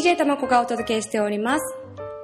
DJ たまこがお届けしております。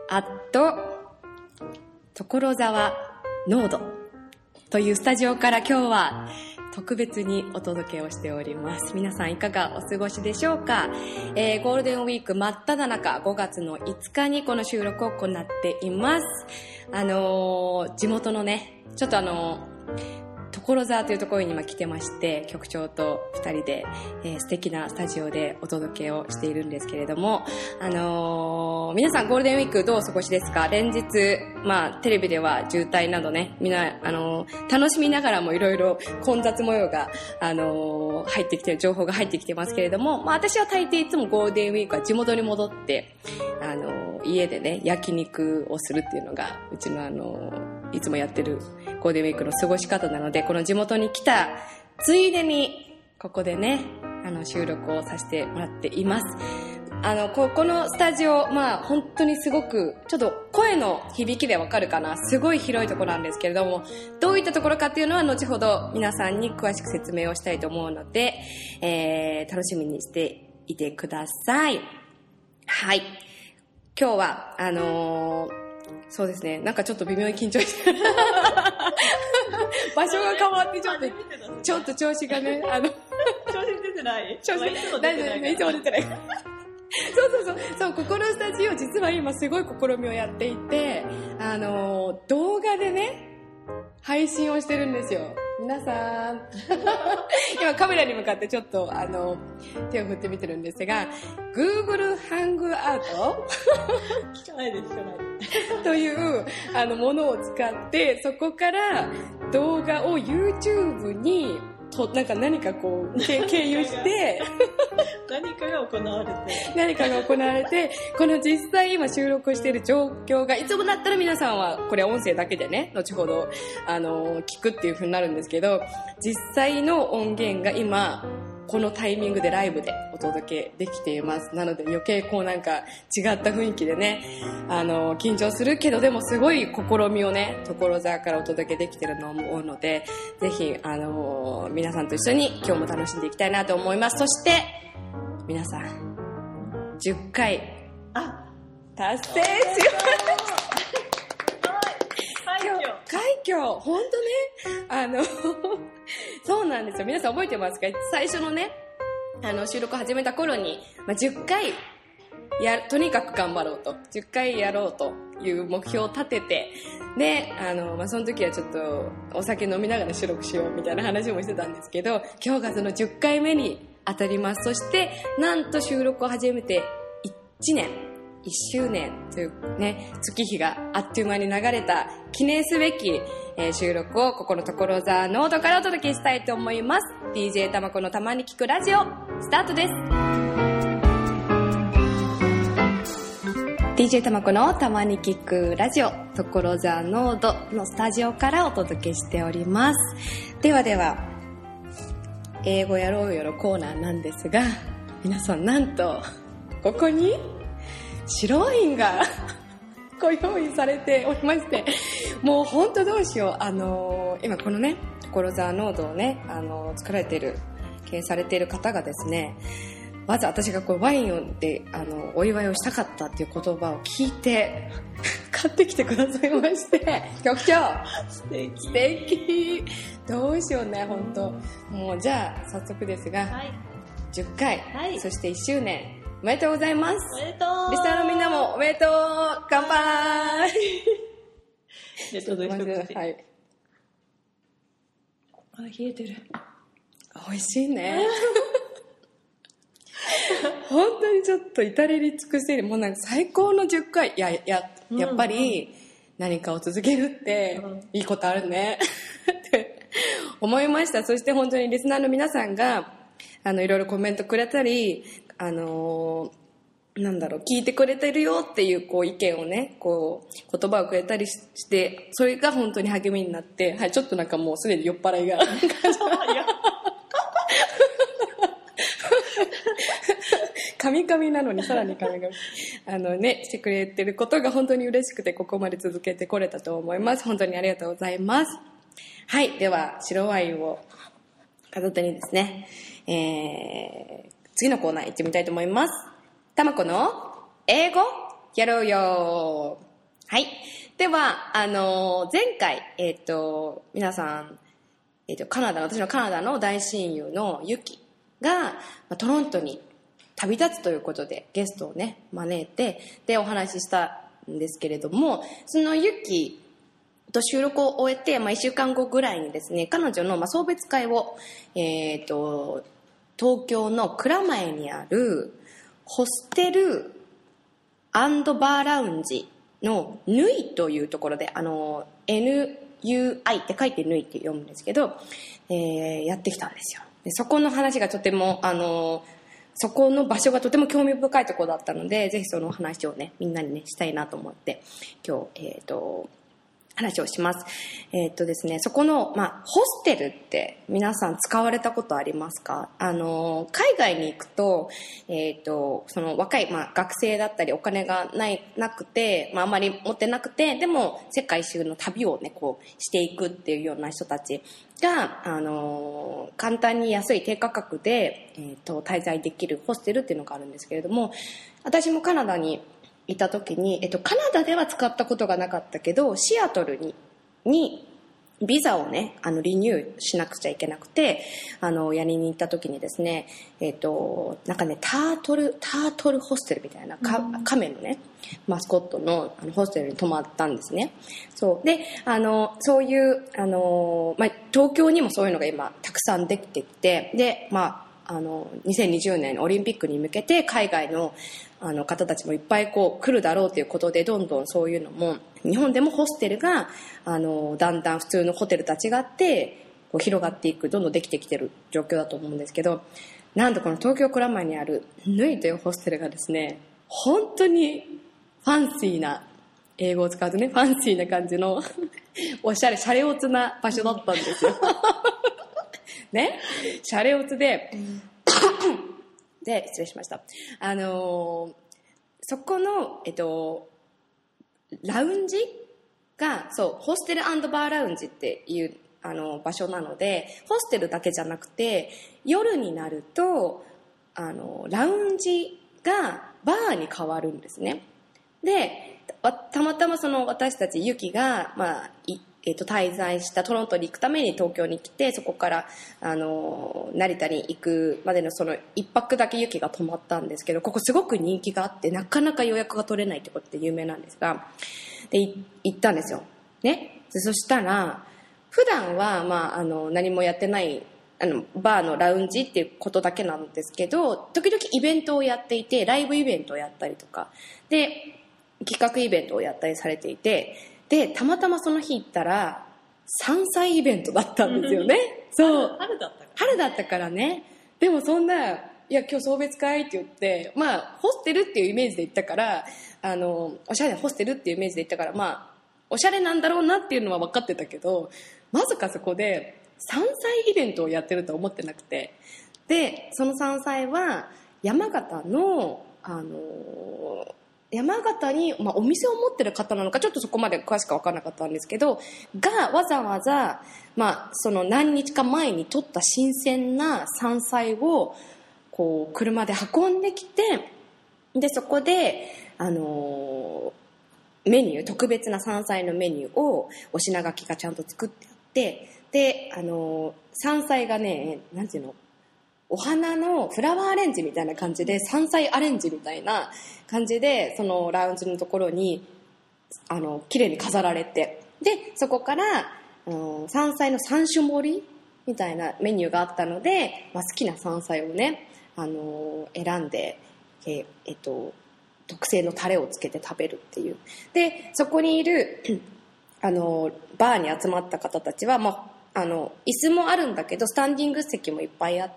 所沢ノードというスタジオから今日は特別にお届けをしております。皆さんいかがお過ごしでしょうか。ゴールデンウィーク真っ只中5月の5日にこの収録を行っています。地元のね、ちょっと所沢というところに今来てまして、局長と2人で、素敵なスタジオでお届けをしているんですけれども、皆さんゴールデンウィークどうお過ごしですか？連日、テレビでは渋滞などね、みんな、楽しみながらもいろいろ混雑模様が、入ってきてる、情報が入ってきてますけれども、私は大抵いつもゴールデンウィークは地元に戻って、家でね、焼肉をするっていうのが、うちのいつもやってるゴールデンウィークの過ごし方なので、この地元に来たついでにここでね収録をさせてもらっています。ここのスタジオ、本当にすごくちょっと声の響きでわかるかな、すごい広いところなんですけれども、どういったところかっていうのは後ほど皆さんに詳しく説明をしたいと思うので、楽しみにしていてください。はい、今日はそうですね、なんかちょっと微妙に緊張してる場所が変わってちょっと調子がね調子出てない？ 調子大丈夫ね、いつも出てないそう、ここのスタジオ実は今すごい試みをやっていて、動画でね配信をしてるんですよ。皆さん今カメラに向かってちょっと手を振ってみてるんですが、 Google ハングアウト聞かないですというものを使って、そこから動画を YouTube に何かこう経由して何かが行われてこの実際今収録している状況が、いつもだったら皆さんはこれ音声だけでね後ほど聞くっていう風になるんですけど、実際の音源が今このタイミングでライブでお届けできています。なので余計こうなんか違った雰囲気でね緊張するけど、でもすごい試みをね所沢からお届けできてると思うので、ぜひ皆さんと一緒に今日も楽しんでいきたいなと思います。そして皆さん10回達成しま快挙、本当ねそうなんですよ。皆さん覚えてますか？最初のね収録始めた頃に、10回とにかく頑張ろうと、10回やろうという目標を立てて、でその時はちょっとお酒飲みながら収録しようみたいな話もしてたんですけど、今日がその10回目に当たります。そしてなんと収録を始めて1周年というね月日があっという間に流れた記念すべき、収録をここの所沢ノードからお届けしたいと思います。 DJ たまこのたまに聞くラジオスタートです。 DJ たまこのたまに聞くラジオ所沢ノードのスタジオからお届けしております。では英語やろうよのコーナーなんですが、皆さんなんとここに白ワインがご用意されておりまして、もう本当どうしよう、今このね所沢ノードをね作られている経営されている方がですね、まず私がこうワインでお祝いをしたかったっていう言葉を聞いて買ってきてくださいまして、局長素敵どうしようね、本当もうじゃあ早速ですが、10回、そして1周年おめでとうございます。 おめでとう。 リスナーのみんなもおめでとう。乾杯。はい。 冷えてる。 美味しいね。本当にちょっと至れり尽くせる、もうなんか最高の10回。やっぱり何かを続けるっていいことあるねって思いました。そして本当にリスナーの皆さんがいろいろコメントくれたり、聞いてくれてるよっていうこう意見をね、こう言葉をくれたりして、それが本当に励みになって、はい、ちょっとなんかもうすでに酔っ払いがカミカミなのにさらにカミカミしてくれてることが本当に嬉しくて、ここまで続けてこれたと思います。本当にありがとうございます。はい、では白ワインを片手にですね、次のコーナー行ってみたいと思います。たまこの英語やろうよ。はい。では、前回、皆さん、私のカナダの大親友のユキが、トロントに旅立つということで、ゲストをね、招いて、で、お話ししたんですけれども、そのユキと収録を終えて、1週間後ぐらいにですね、彼女の送別会を、東京の蔵前にあるホステル&バーラウンジのヌイというところで、NUI って書いてヌイって読むんですけど、やってきたんですよ。でそこの話がとても、そこの場所がとても興味深いところだったので、ぜひその話をね、みんなにね、したいなと思って、今日、話をします。ですね、そこの、ホステルって皆さん使われたことありますか？海外に行くと、その若い、学生だったりお金がなくて、あまり持ってなくて、でも世界一周の旅をね、こうしていくっていうような人たちが、簡単に安い低価格で、滞在できるホステルっていうのがあるんですけれども、私もカナダにいた時に、カナダでは使ったことがなかったけど、シアトルにビザをね、リニューしなくちゃいけなくて、やりに行った時にですね、なんかね、タートルホステルみたいな、亀のね、マスコットのホステルに泊まったんですね。そう。で、そういう、東京にもそういうのが今、たくさんできてきて、で、2020年オリンピックに向けて海外の方たちもいっぱいこう来るだろうということで、どんどんそういうのも日本でもホステルがだんだん普通のホテルと違ってこう広がっていく、どんどんできてきてる状況だと思うんですけど、なんとこの東京蔵前にあるヌイというホステルがですね、本当にファンシーな、英語を使うとね、ファンシーな感じのおしゃれシャレオツな場所だったんですよね、シャレオツでで、失礼しました。そこの、ラウンジが、そう、ホステル&バーラウンジっていう場所なので、ホステルだけじゃなくて、夜になると、ラウンジがバーに変わるんですね。で、たまたまその私たちユキが、滞在したトロントに行くために東京に来て、そこから成田に行くまでのその一泊だけユキが泊まったんですけど、ここすごく人気があってなかなか予約が取れないってことで有名なんですが、で行ったんですよね。でそしたら普段は何もやってないバーのラウンジっていうことだけなんですけど、時々イベントをやっていて、ライブイベントをやったりとかで企画イベントをやったりされていて、でたまたまその日行ったら山菜イベントだったんですよね。そう、春だったからね。でもそんな、いや今日送別会って言って、ホステルっていうイメージで行ったから、おしゃれなホステルっていうイメージで行ったから、おしゃれなんだろうなっていうのは分かってたけど、まさかそこで山菜イベントをやってるとは思ってなくて、でその山菜は山形の山形に、お店を持ってる方なのかちょっとそこまで詳しく分からなかったんですけど、がわざわざ、その何日か前に取った新鮮な山菜をこう車で運んできて、でそこでメニュー、特別な山菜のメニューをお品書きがちゃんと作ってあって、で山菜がね、なんていうの、お花のフラワーアレンジみたいな感じで、山菜アレンジみたいな感じで、そのラウンジのところに綺麗に飾られて、でそこから山菜の3種盛りみたいなメニューがあったので、好きな山菜をね選んで、特製のタレをつけて食べるっていう。でそこにいるバーに集まった方たちは、椅子もあるんだけどスタンディング席もいっぱいあって、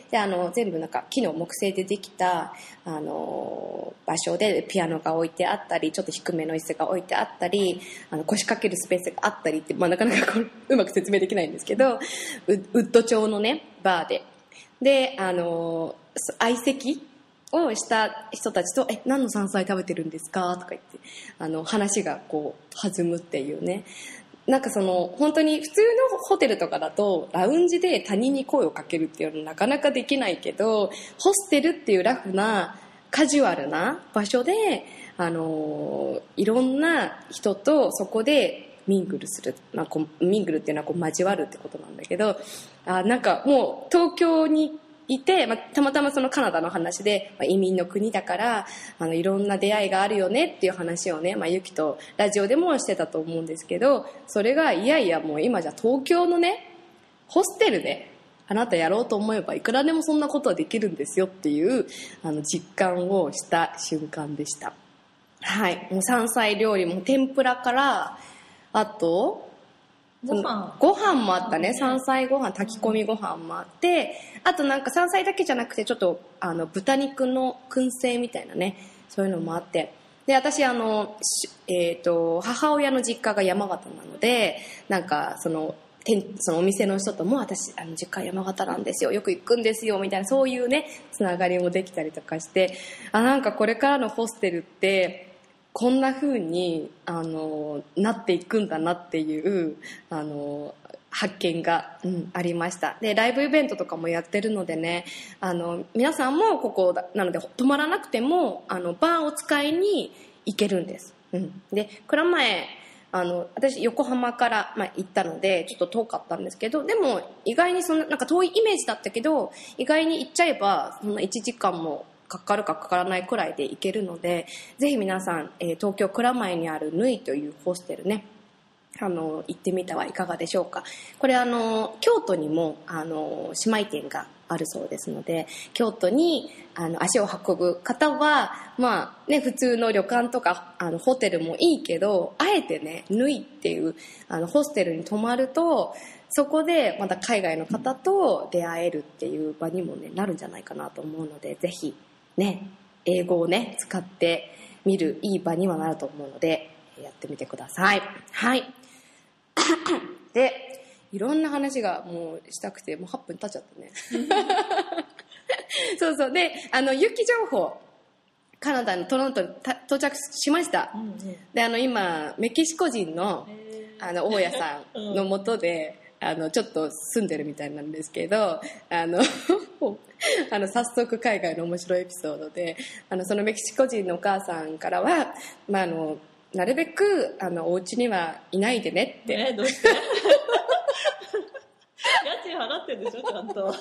で全部なんか木の木製でできた場所でピアノが置いてあったり、ちょっと低めの椅子が置いてあったり、腰掛けるスペースがあったりって、なかなかうまく説明できないんですけど、ウッド調のねバーで相席をした人たちと何の山菜食べてるんですかとか言って話がこう弾むっていうね。なんか本当に普通のホテルとかだとラウンジで他人に声をかけるっていうのはなかなかできないけど、ホステルっていうラフなカジュアルな場所で、いろんな人とそこでミングルする、ミングルっていうのは交わるってことなんだけど、なんかもう東京にいて、たまたまそのカナダの話で、移民の国だからいろんな出会いがあるよねっていう話をね、ユキとラジオでもしてたと思うんですけど、それがいやいやもう今じゃ東京のねホステルであなたやろうと思えばいくらでもそんなことはできるんですよっていう実感をした瞬間でした。はい、もう山菜料理も天ぷらから、あとご飯もあったね。山菜ご飯、炊き込みご飯もあって、あとなんか山菜だけじゃなくてちょっと豚肉の燻製みたいなね、そういうのもあって、で私母親の実家が山形なので、なんかそのお店の人とも私実家山形なんですよ、よく行くんですよみたいな、そういうねつながりもできたりとかして、なんかこれからのホステルってこんな風になっていくんだなっていう発見が、ありました。でライブイベントとかもやってるのでね、皆さんもここなので泊まらなくてもバーを使いに行けるんです。で蔵前私横浜から、行ったのでちょっと遠かったんですけど、でも意外になんか遠いイメージだったけど、意外に行っちゃえばそんな1時間もかかるかかからないくらいで行けるので、ぜひ皆さん、東京蔵前にあるヌイというホステルね、行ってみてはいかがでしょうか。これ京都にも姉妹店があるそうですので、京都に足を運ぶ方は普通の旅館とかホテルもいいけど、あえてねヌイっていうホステルに泊まると、そこでまた海外の方と出会えるっていう場にもねなるんじゃないかなと思うので、ぜひね英語をね使ってみるいい場にはなると思うのでやってみてください。はいでいろんな話がもうしたくてもう8分経っちゃったねそうで雪情報、カナダのトロントに到着しました、で今メキシコ人の大家さんの下でちょっと住んでるみたいなんですけど、早速海外の面白いエピソードで、そのメキシコ人のお母さんからは、なるべくお家にはいないでねって、 どうして家賃払ってんでしょちゃんと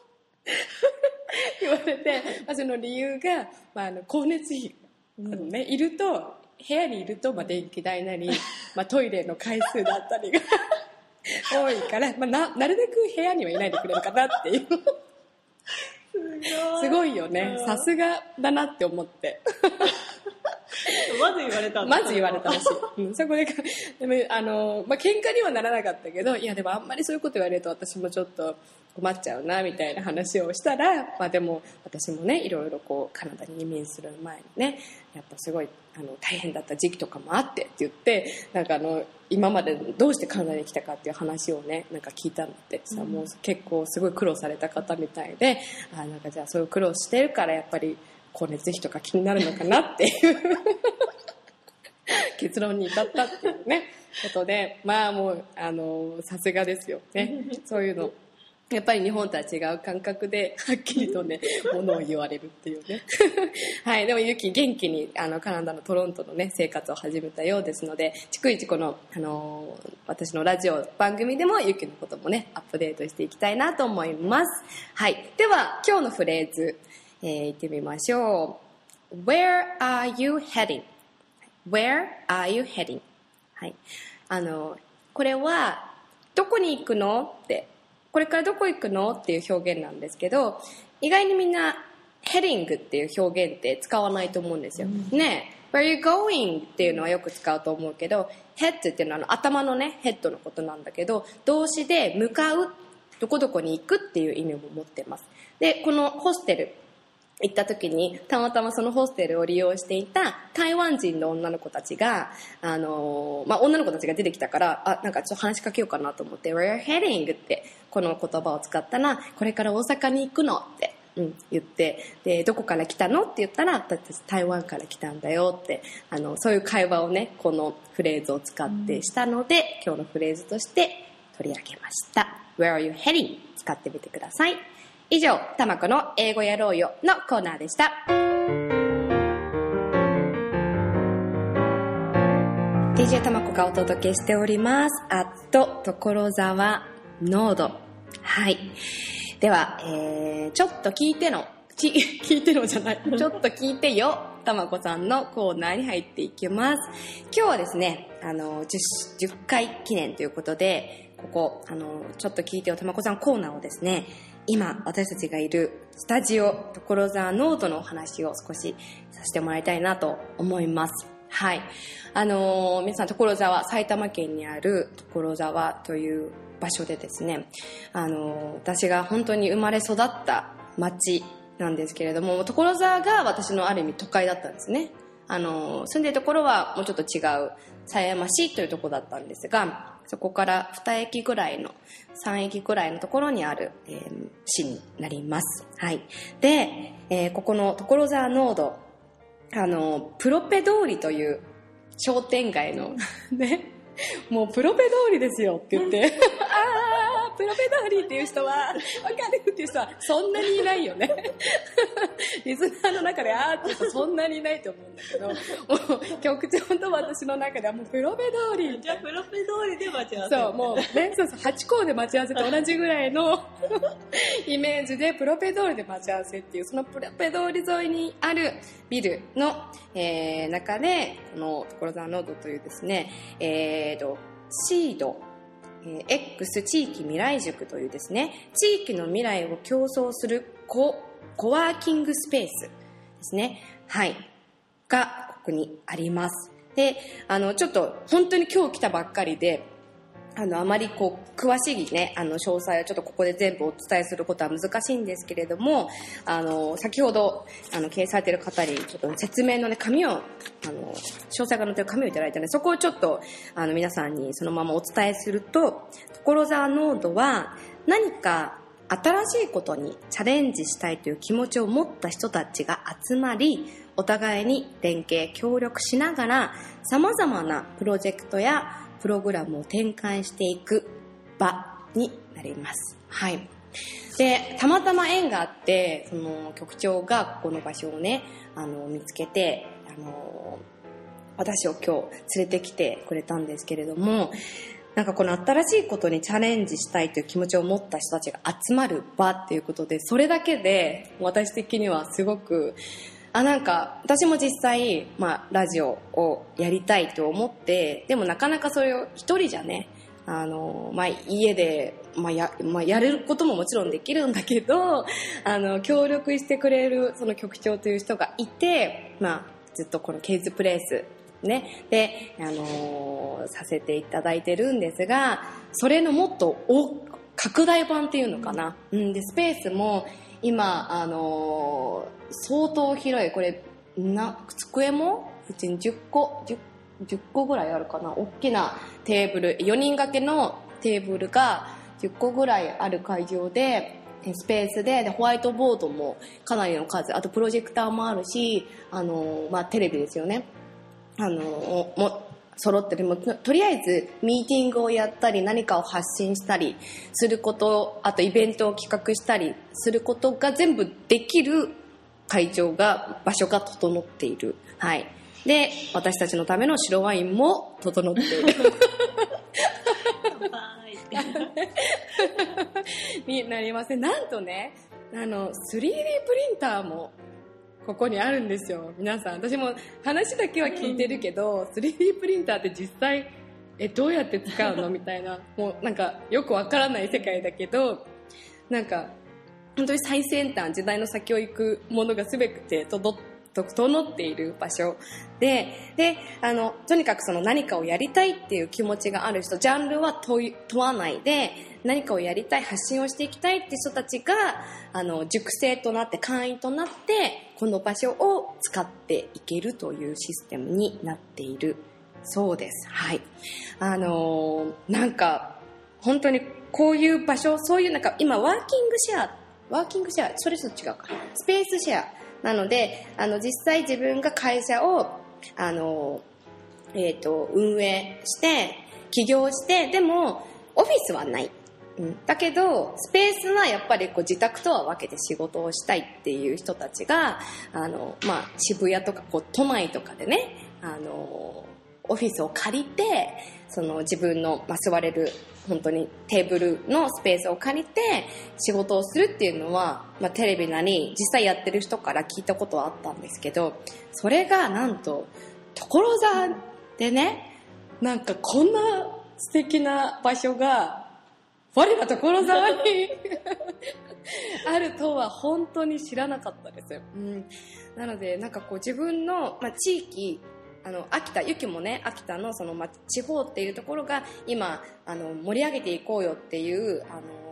言われて、その理由が、光熱費、いると部屋にいると、電気代なり、トイレの回数だったりが多いから、なるべく部屋にはいないでくれるかなっていうすごいよね、さすがだなって思ってまず言われたらしい、そこででも喧嘩にはならなかったけど、いやでもあんまりそういうこと言われると私もちょっと困っちゃうなみたいな話をしたら、でも私もねいろいろカナダに移民する前にね、やっぱすごい大変だった時期とかもあってって言って、なんか今までどうしてカナダに来たかっていう話をねなんか聞いたんだってさ、もう結構すごい苦労された方みたいで、なんかじゃあそういう苦労してるからやっぱり光熱費とか気になるのかなっていう結論に至ったっていうねことで、もうさすがですよねそういうのやっぱり日本とは違う感覚ではっきりとねものを言われるっていうねはい、でもゆき元気にカナダのトロントのね生活を始めたようですので、逐一この、私のラジオ番組でもゆきのこともねアップデートしていきたいなと思います。はい、では今日のフレーズ、行ってみましょう。 Where are you heading? Where are you heading? はい、これはどこに行くのって、これからどこ行くのっていう表現なんですけど、意外にみんな heading っていう表現って使わないと思うんですよ、ね。 Where are you going? っていうのはよく使うと思うけど、 head っていうのは頭のねヘッドのことなんだけど、動詞で向かう、どこどこに行くっていう意味も持ってます。でこのホステル行った時にたまたまそのホステルを利用していた台湾人の女の子たちが女の子たちが出てきたから、なんかちょっと話しかけようかなと思って Where are you heading? ってこの言葉を使ったら、これから大阪に行くのって、言って、でどこから来たのって言ったら、私台湾から来たんだよって、そういう会話をねこのフレーズを使ってしたので、今日のフレーズとして取り上げました。 Where are you heading? 使ってみてください。以上、たまこの英語やろうよのコーナーでした。 DJ たまこがお届けしております。所沢ノード。はい。では、ちょっと聞いてのじゃない。ちょっと聞いてよ。たまこさんのコーナーに入っていきます。今日はですね、10回記念ということで、ちょっと聞いてよたまこさんコーナーをですね、今私たちがいるスタジオ所沢ノードのお話を少しさせてもらいたいなと思います。はい。皆さん所沢、埼玉県にある所沢という場所でですね、私が本当に生まれ育った町なんですけれども、所沢が私のある意味都会だったんですね。住んでるところはもうちょっと違う狭山市というところだったんですが、そこから3駅ぐらいのところにある、市になります。はい。で、ここの所沢ノード、プロペ通りという商店街のね、もうプロペ通りですよって言ってプロペ通りっていう人はわかるっていう人はそんなにいないよねリスナーの中でっていう人そんなにいないと思うんだけど、もう局長と私の中ではもうプロペ通り、 じゃあプロペ通りで待ち合わせ、 そうもうね、そう8校で待ち合わせと同じぐらいのイメージでプロペ通りで待ち合わせっていう、そのプロペ通り沿いにあるビルの、中でこの所沢ノードというですね、シードX 地域未来塾というですね、地域の未来を競争するコワーキングスペースですね。はい。が、ここにあります。で、ちょっと本当に今日来たばっかりで、あまり詳しいね、詳細はちょっとここで全部お伝えすることは難しいんですけれども、先ほど、掲載されている方にちょっと説明のね、紙を、詳細が載っている紙をいただいたので、そこをちょっと、皆さんにそのままお伝えすると、所沢ノードは何か新しいことにチャレンジしたいという気持ちを持った人たちが集まり、お互いに連携、協力しながら、様々なプロジェクトやプログラムを展開していく場になります。はい。で、たまたま縁があって、その局長がここの場所をね、見つけて、私を今日連れてきてくれたんですけれども、なんかこの新しいことにチャレンジしたいという気持ちを持った人たちが集まる場っていうことで、それだけで私的にはすごくなんか私も実際、ラジオをやりたいと思って、でもなかなかそれを一人じゃね、家で、やれることももちろんできるんだけど、協力してくれるその局長という人がいて、ずっとこのケイズプレイスね、で、させていただいてるんですが、それのもっと拡大版っていうのかな。で、スペースも今、相当広い、これ、机もうちに10個ぐらいあるかな。大きなテーブル、4人掛けのテーブルが10個ぐらいある会場で、スペースで、ホワイトボードもかなりの数、あとプロジェクターもあるし、テレビですよね。揃ってる。とりあえずミーティングをやったり何かを発信したりすること、あとイベントを企画したりすることが全部できる場所が整っている。はい。で、私たちのための白ワインも整っている。になりません。なんとね、3D プリンターもここにあるんですよ。皆さん、私も話だけは聞いてるけど、3D プリンターって実際どうやって使うのみたいな、もうなんかよくわからない世界だけど、なんか本当に最先端、時代の先を行くものが全て整っている場所で、とにかくその何かをやりたいっていう気持ちがある人、ジャンルは問わないで、何かをやりたい、発信をしていきたいって人たちが塾生となって、会員となってこの場所を使っていけるというシステムになっているそうです。はい。なんか本当にこういう場所、そういうなんか今ワーキングシェア、それと違うか、スペースシェアなので、実際自分が会社を運営して起業して、でもオフィスはない。 だけどスペースはやっぱりこう自宅とは分けて仕事をしたいっていう人たちが渋谷とかこう都内とかでねオフィスを借りてその自分の、座れる本当にテーブルのスペースを借りて仕事をするっていうのは、テレビなり実際やってる人から聞いたことはあったんですけど、それがなんと所沢でね、なんかこんな素敵な場所が我ら所沢にあるとは本当に知らなかったですよ。なのでなんかこう自分の、地域秋田、ゆきもね、秋田のその、地方っていうところが今盛り上げていこうよっていう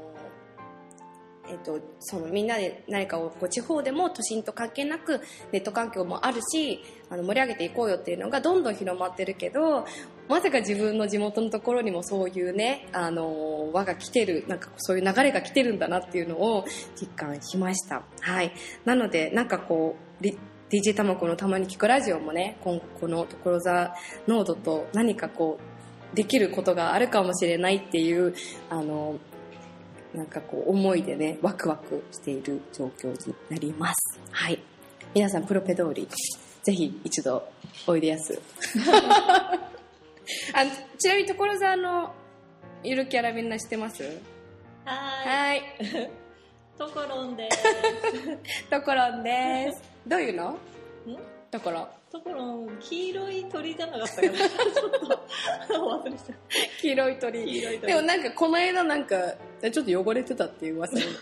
そのみんなで何かをこう地方でも都心と関係なくネット環境もあるし盛り上げていこうよっていうのがどんどん広まってるけど、まさか自分の地元のところにもそういうね輪が来てる、なんかそういう流れが来てるんだなっていうのを実感しました。はい。なのでなんかこうDJ たまこのたまに聞くラジオもね、この所沢ノードと何かこうできることがあるかもしれないっていうなんかこう思いでねワクワクしている状況になります。はい。皆さんプロペ通りぜひ一度おいでやすちなみに所沢のゆるキャラみんな知ってます？ はい。ところんです。 ところんです。どういうの？ところん、黄色い鳥じゃなかったかな。ちょっと忘れちゃった。 黄色い鳥。でもなんかこの間なんかちょっと汚れてたっていう噂に。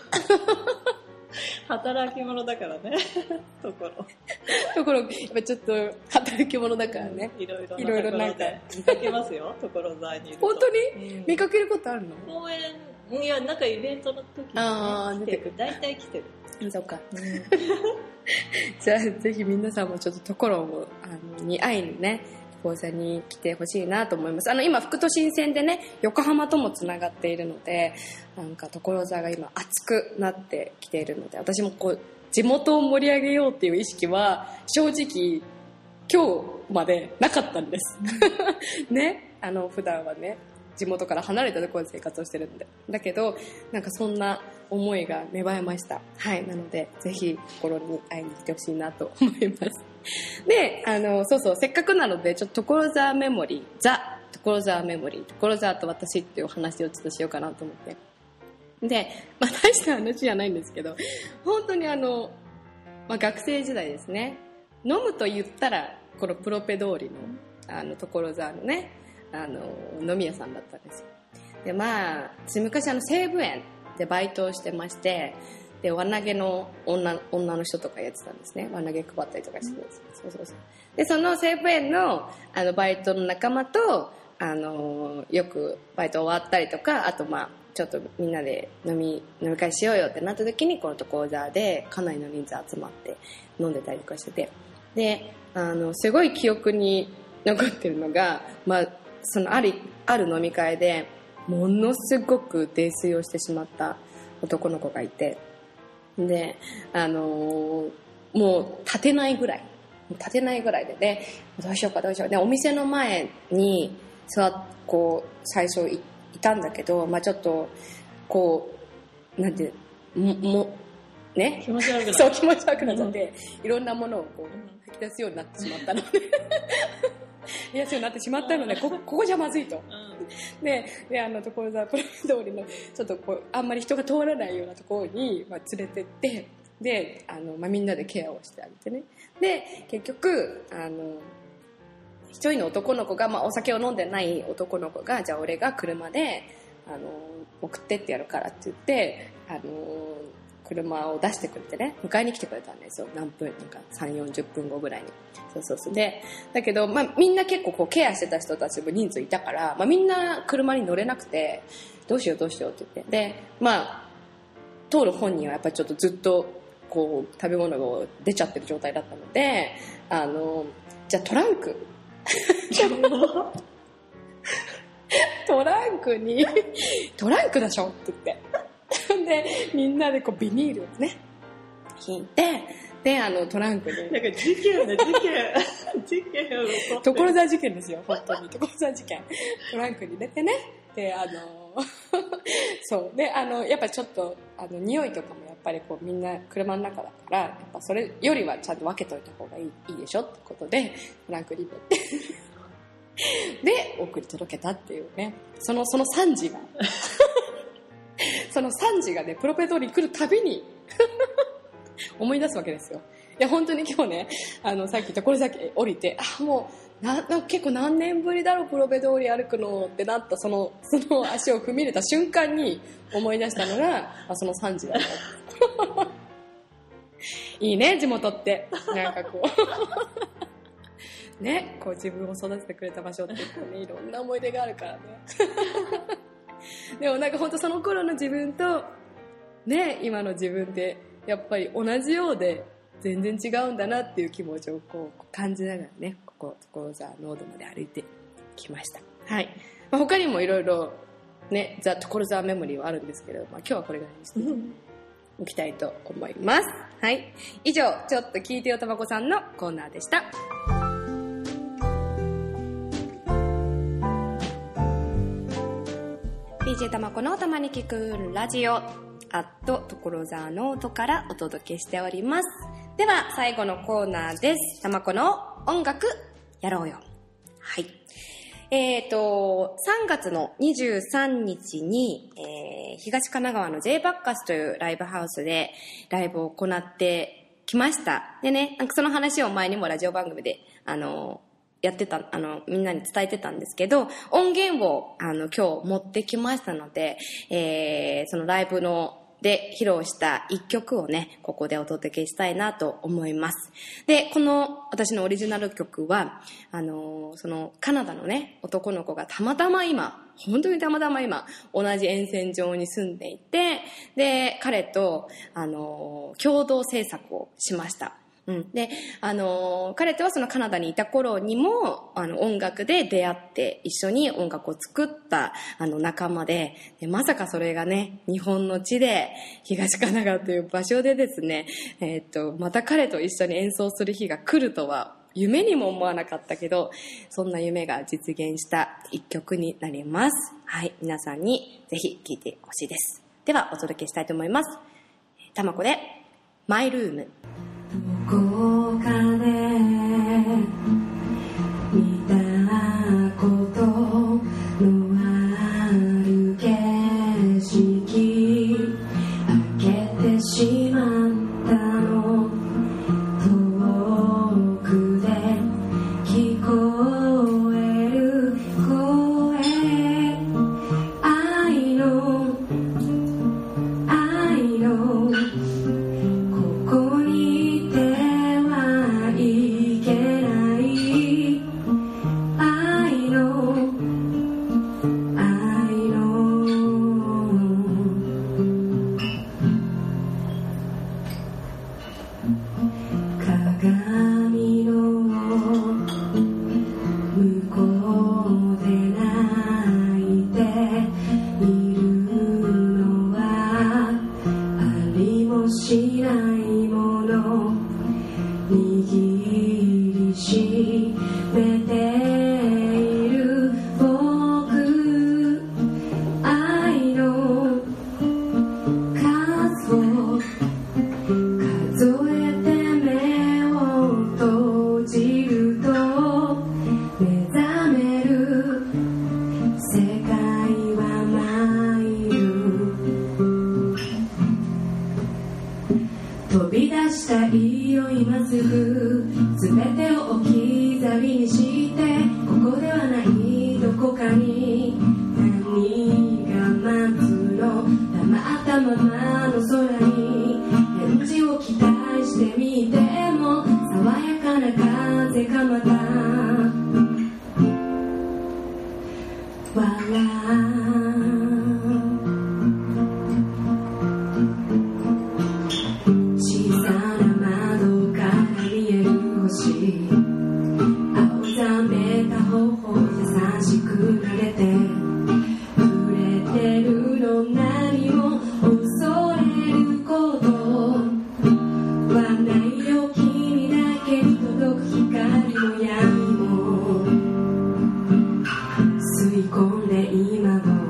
働き者だからね。ところやっぱちょっと働き者だからね。 いろいろなんか見かけますよ。所沢にいると。 本当に、見かけることあるの？ 公園いやなんかイベントの時に、ね、来てる。大体来てる。 そうか。じゃあぜひ皆さんもちょっと所に会いにね講座に来てほしいなと思います。今副都心線でね横浜ともつながっているので、なんか所沢が今熱くなってきているので、私もこう地元を盛り上げようっていう意識は正直今日までなかったんですね。普段はね地元から離れたところで生活をしてるんで、だけどなんかそんな思いが芽生えました。はい。なのでぜひ心に会いに来てほしいなと思いますで、そうせっかくなのでちょっと所沢メモリー、所沢メモリー、所沢と私っていうお話をちょっとしようかなと思って、で、大した話じゃないんですけど、本当に学生時代ですね、飲むと言ったらこのプロペ通りの所沢のね飲み屋さんだったんですよ。で私昔西武園でバイトをしてまして、で輪投げの女の人とかやってたんですね。輪投げ配ったりとかしてるんです。そうでその西武園のバイトの仲間とよくバイト終わったりとか、あとちょっとみんなで飲み会しようよってなった時にこの所沢でかなりの人数集まって飲んでたりとかしてて、ですごい記憶に残ってるのが、そのある飲み会でものすごく泥酔をしてしまった男の子がいて、でもう立てないぐらいでね、どうしようでお店の前にこう最初いたんだけど、ちょっとこうなんてね、 気持ち悪くなっそう気持ち悪くなっちゃって、いろんなものをこう吐き出すようになってしまったのでここじゃまずいと、で所沢プロ通りのちょっとこうあんまり人が通らないようなところに、連れてって、でみんなでケアをしてあげてね、で結局一人の男の子が、お酒を飲んでない男の子が、じゃあ俺が車で送ってってやるからって言って車を出してくれてね、迎えに来てくれたんですよ。何分、なんか3、40分後ぐらいに。そうで、だけど、みんな結構こうケアしてた人たちも人数いたから、みんな車に乗れなくて、どうしようって言って。で、通る本人はやっぱりちょっとずっとこう食べ物が出ちゃってる状態だったので、じゃあトランクトランクでしょって言ってでみんなでこうビニールをね引いて、でトランクになんか事件を所沢事件ですよ、本当に所沢事件トランクに入れてね、 でそうでやっぱちょっと匂いとかもやっぱりこうみんな車の中だからやっぱそれよりはちゃんと分けといた方がいいでしょってことでフランクリベで送り届けたっていうね、その3時がその3時がねプロペ通りに来るたびに思い出すわけですよ。いや本当に今日ねさっき所崎降りてもう結構何年ぶりだろうプロペ通り歩くのってなったその足を踏み入れた瞬間に思い出したのがその3時だったいいね地元ってなんかこうねこう自分を育ててくれた場所っていうかねいろんな思い出があるからねでもなんか本当その頃の自分とね今の自分ってやっぱり同じようで全然違うんだなっていう気持ちをこう感じながらねここ所沢ノードまで歩いてきました。はい、他にもいろいろねザ・所沢メモリーはあるんですけど、今日はこれぐらいにしておきたいと思います。はい、以上ちょっと聞いてよたまこさんのコーナーでした。DJ たまこのたまに聞くラジオ所沢ノートからお届けしております。では最後のコーナーです。たまこの音楽やろうよ。はい。3月の23日に、東神奈川の J バッカスというライブハウスでライブを行ってきました。でね、なんかその話を前にもラジオ番組でやってたみんなに伝えてたんですけど、音源を今日持ってきましたので、そのライブで披露した一曲をねここでお届けしたいなと思います。でこの私のオリジナル曲はそのカナダのね男の子がたまたま今本当にたまたま今同じ沿線上に住んでいて、で彼と共同制作をしました。で彼とはそのカナダにいた頃にも音楽で出会って一緒に音楽を作った仲間で、まさかそれがね日本の地で東神奈川という場所でですね、また彼と一緒に演奏する日が来るとは夢にも思わなかったけど、そんな夢が実現した一曲になります。はい、皆さんにぜひ聴いてほしいです。ではお届けしたいと思います。たまこでマイルーム。 どこかで見たことのある景色開けてしまったの、遠くで聞こえる声、愛のここにいてはいけない愛の鏡の向こうで泣いているのはありもしないもの握りしめている僕、愛の数を数えて目を閉じると目覚める世界はマイル、飛び出したいよ今すぐ全てを置き去りにして、ここではないどこかに何が待つの、黙ったままの空に返事を期待してみても、爽やかな風がまた笑う、小さな窓から見える星、青ざめた頬優しく撫でて触れてるの、何も恐れることはないよ、君だけに届く光も闇も吸い込んで今も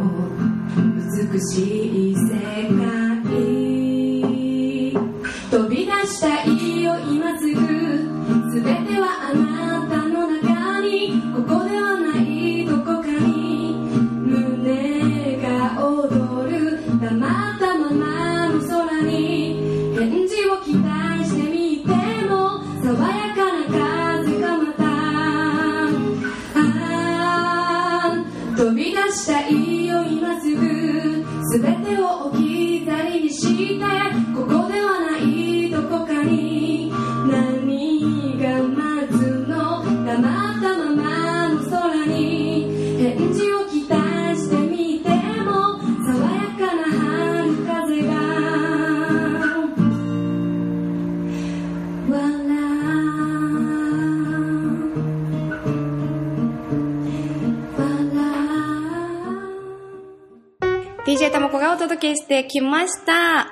がお届けしてきました。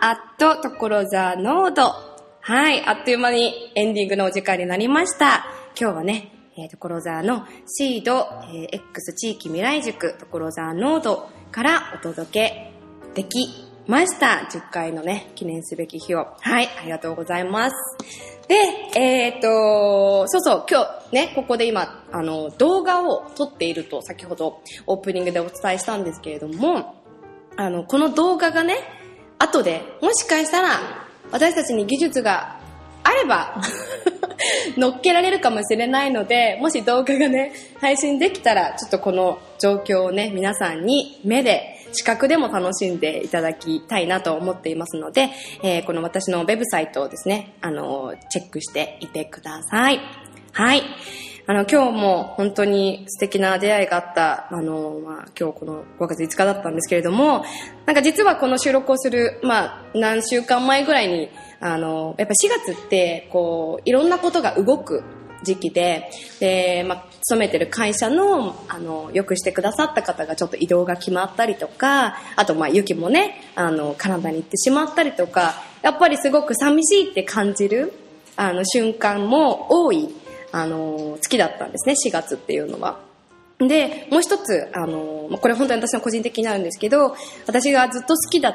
所沢ノード。はい、あっという間にエンディングのお時間になりました。今日はね、所沢のシード、X 地域未来塾所沢ノードからお届けできました。10回のね、記念すべき日を。はい、ありがとうございます。で、そうそう、今日ね、ここで今、動画を撮っていると先ほどオープニングでお伝えしたんですけれども、この動画がね、後でもしかしたら私たちに技術があれば乗っけられるかもしれないので、もし動画がね、配信できたら、ちょっとこの状況をね、皆さんに目で、視覚でも楽しんでいただきたいなと思っていますので、この私のウェブサイトをですね、チェックしていてください。はい。今日も本当に素敵な出会いがあった、今日この5月5日だったんですけれども、なんか実はこの収録をする、何週間前ぐらいに、やっぱ4月って、こう、いろんなことが動く時期で、勤めてる会社の、よくしてくださった方がちょっと移動が決まったりとか、あと雪もね、カナダに行ってしまったりとか、やっぱりすごく寂しいって感じる、瞬間も多い、月だったんですね、4月っていうのは。で、もう一つ、これ本当に私の個人的になるんですけど、私がずっと好きだった、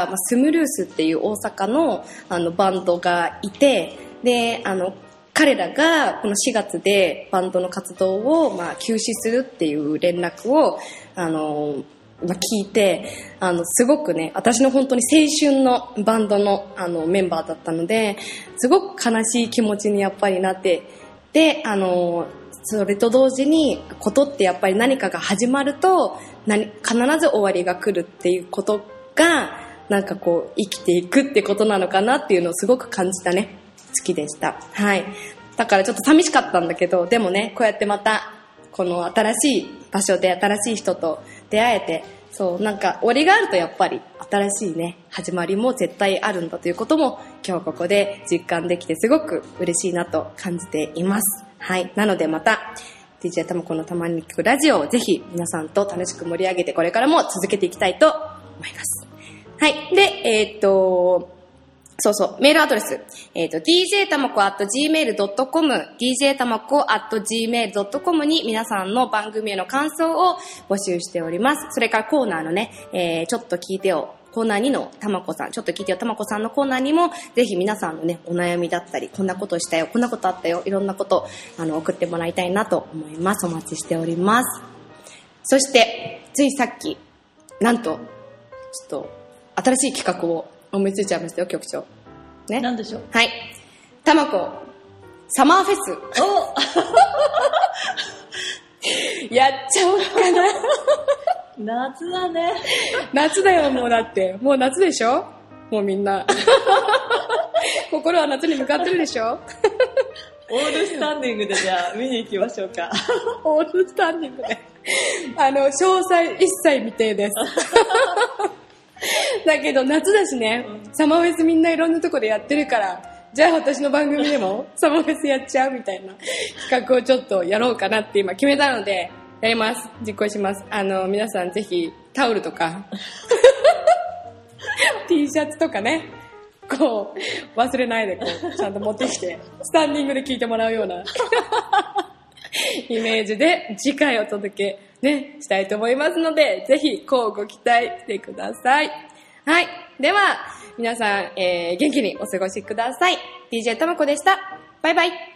スムルースっていう大阪の、バンドがいて、で、彼らがこの4月でバンドの活動を休止するっていう連絡を聞いて、すごくね、私の本当に青春のバンドのメンバーだったので、すごく悲しい気持ちにやっぱりなって、で、それと同時にことってやっぱり何かが始まると必ず終わりが来るっていうことがなんかこう生きていくってことなのかなっていうのをすごく感じたね。好きでした。はい。だからちょっと寂しかったんだけど、でもね、こうやってまた、この新しい場所で新しい人と出会えて、そう、なんか終わりがあるとやっぱり新しいね、始まりも絶対あるんだということも今日ここで実感できてすごく嬉しいなと感じています。はい。なのでまた、DJ たまこのたまに聞くラジオをぜひ皆さんと楽しく盛り上げてこれからも続けていきたいと思います。はい。で、そうそう、メールアドレス。djtamako@gmail.com、djtamako@gmail.com に皆さんの番組への感想を募集しております。それからコーナーのね、ちょっと聞いてよ、コーナー2のたまこさん、ちょっと聞いてよたまこさんのコーナーにも、ぜひ皆さんのね、お悩みだったり、こんなことしたよ、こんなことあったよ、いろんなこと、送ってもらいたいなと思います。お待ちしております。そして、ついさっき、なんと、ちょっと、新しい企画を思いついちゃいましたよ、局長。ね。 なんでしょう。 はい。たまこ、サマーフェス。やっちゃおうかな。 夏だね。 夏だよ、もうだって。もう夏でしょ？もうみんな。心は夏に向かってるでしょ？ オールスタンディングでじゃあ見に行きましょうか。 オールスタンディングで。詳細一切未定です。だけど夏だしね、サマーフェスみんないろんなとこでやってるから、じゃあ私の番組でもサマーフェスやっちゃうみたいな企画をちょっとやろうかなって今決めたので、やります。実行します。皆さんぜひタオルとか、T シャツとかね、こう、忘れないでこう、ちゃんと持ってきて、スタンディングで聞いてもらうようなイメージで次回お届けね、したいと思いますので、ぜひこうご期待してください。はい。では、皆さん、元気にお過ごしください。DJ たまこでした。バイバイ。